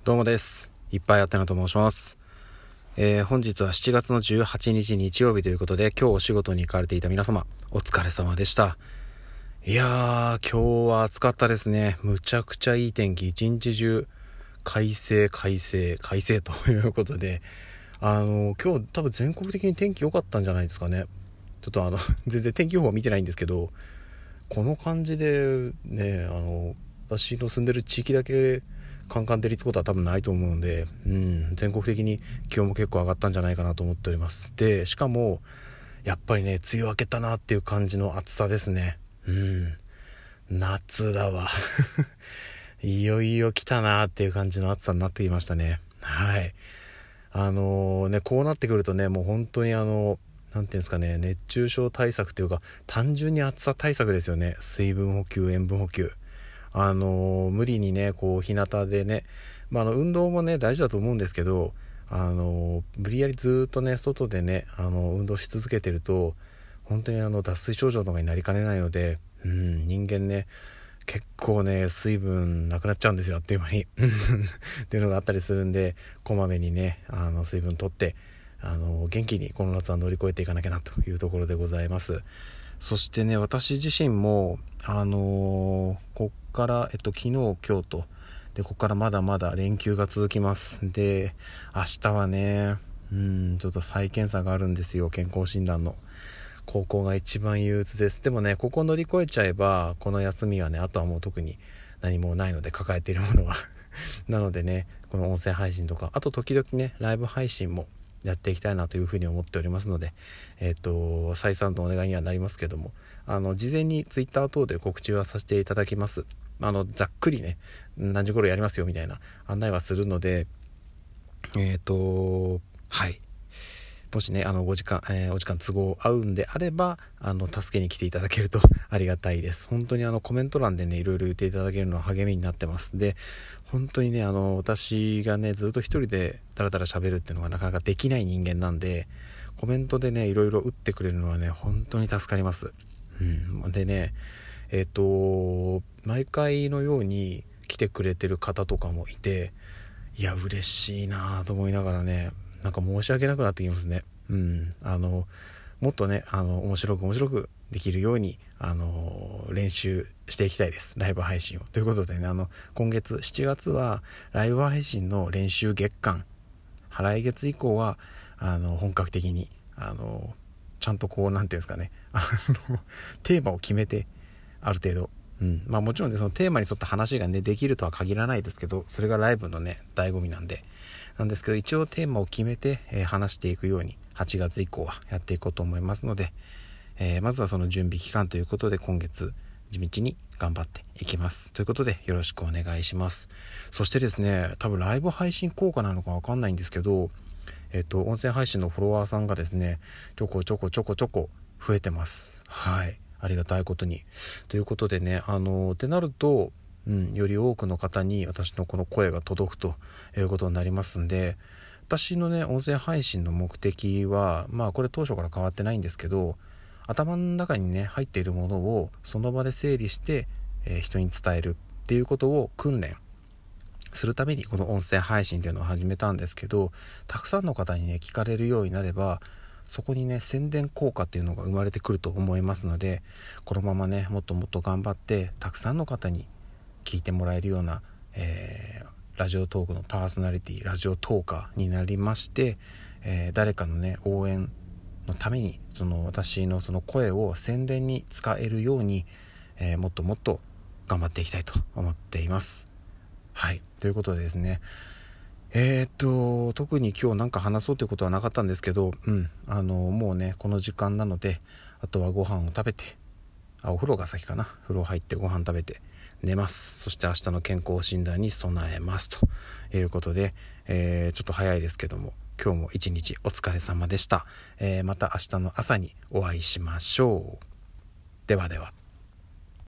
どうもです。いっぱいあってなと申します。本日は7月の18日日曜日ということで、今日お仕事に行かれていた皆様、お疲れ様でした。いやー、今日は暑かったですね。むちゃくちゃいい天気、一日中快晴ということで、今日多分全国的に天気良かったんじゃないですかね。ちょっと全然天気予報は見てないんですけど、この感じでね、私の住んでる地域だけカンカン照りってことは多分ないと思うので、全国的に気温も結構上がったんじゃないかなと思っております。で、しかもやっぱりね、梅雨明けたなっていう感じの暑さですね。夏だわいよいよ来たなっていう感じの暑さになってきましたね。はい。こうなってくるとね、もう本当になんていうんですかね、熱中症対策というか単純に暑さ対策ですよね。水分補給、塩分補給、無理にねこう日向でね、運動もね大事だと思うんですけど、無理やりずっとね外でね運動し続けてると本当に脱水症状とかになりかねないので、人間ね結構ね水分なくなっちゃうんですよ、あっという間にっていうのがあったりするんで、こまめにね水分取って元気にこの夏は乗り越えていかなきゃなというところでございます。そしてね、私自身もこっから、昨日今日とで、ここからまだまだ連休が続きます。で、明日はねちょっと再検査があるんですよ。健康診断の。ここが一番憂鬱です。でもね、ここ乗り越えちゃえばこの休みはね、あとはもう特に何もないので、抱えているものはなのでね、この音声配信とか、あと時々ねライブ配信もやっていきたいなというふうに思っておりますので、再三のお願いにはなりますけども、事前にツイッター等で告知はさせていただきます。ざっくりね何時頃やりますよみたいな案内はするので、はい、もしねお時間都合合うんであれば助けに来ていただけるとありがたいです。本当にコメント欄でねいろいろ言っていただけるのは励みになってます。で、本当にね私がねずっと一人でダラダラ喋るっていうのがなかなかできない人間なんで、コメントでねいろいろ打ってくれるのはね本当に助かります。でね毎回のように来てくれてる方とかもいて、いや嬉しいなと思いながらね、なんか申し訳なくなってきますね。もっとね面白くできるように練習していきたいです。ライブ配信をということでね、今月7月はライブ配信の練習月間、来月以降は本格的にちゃんとこうなんていうんですかねテーマを決めて、ある程度もちろんねそのテーマに沿った話がねできるとは限らないですけど、それがライブのね醍醐味なんですけど、一応テーマを決めて、話していくように8月以降はやっていこうと思いますので、まずはその準備期間ということで今月地道に頑張っていきますということで、よろしくお願いします。そしてですね、多分ライブ配信効果なのかわかんないんですけど、音声配信のフォロワーさんがですねちょこ増えてます。はい、ありがたいことに。ということでねってなるとより多くの方に私のこの声が届くということになりますんで、私のね音声配信の目的はこれ当初から変わってないんですけど、頭の中にね入っているものをその場で整理して、人に伝えるっていうことを訓練するためにこの音声配信というのを始めたんですけど、たくさんの方にね聞かれるようになれば、そこにね宣伝効果っていうのが生まれてくると思いますので、このままねもっともっと頑張ってたくさんの方に聞いてもらえるような、ラジオトークのパーソナリティ、ラジオトーカーになりまして、誰かのね応援のためにその私のその声を宣伝に使えるように、もっともっと頑張っていきたいと思っています。はい、ということでですね、特に今日なんか話そうということはなかったんですけど、もうねこの時間なので、あとはご飯を食べて、お風呂が先かな、風呂入ってご飯食べて寝ます。そして明日の健康診断に備えますということで、ちょっと早いですけども今日も一日お疲れ様でした。また明日の朝にお会いしましょう。ではでは。